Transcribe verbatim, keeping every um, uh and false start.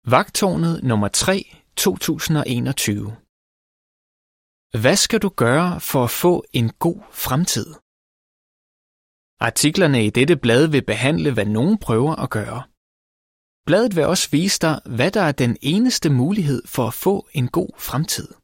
Vagttårnet nummer tre to tusind og enogtyve. Hvad skal du gøre for at få en god fremtid? Artiklerne i dette blad vil behandle, hvad nogen prøver at gøre. Bladet vil også vise dig, hvad der er den eneste mulighed for at få en god fremtid.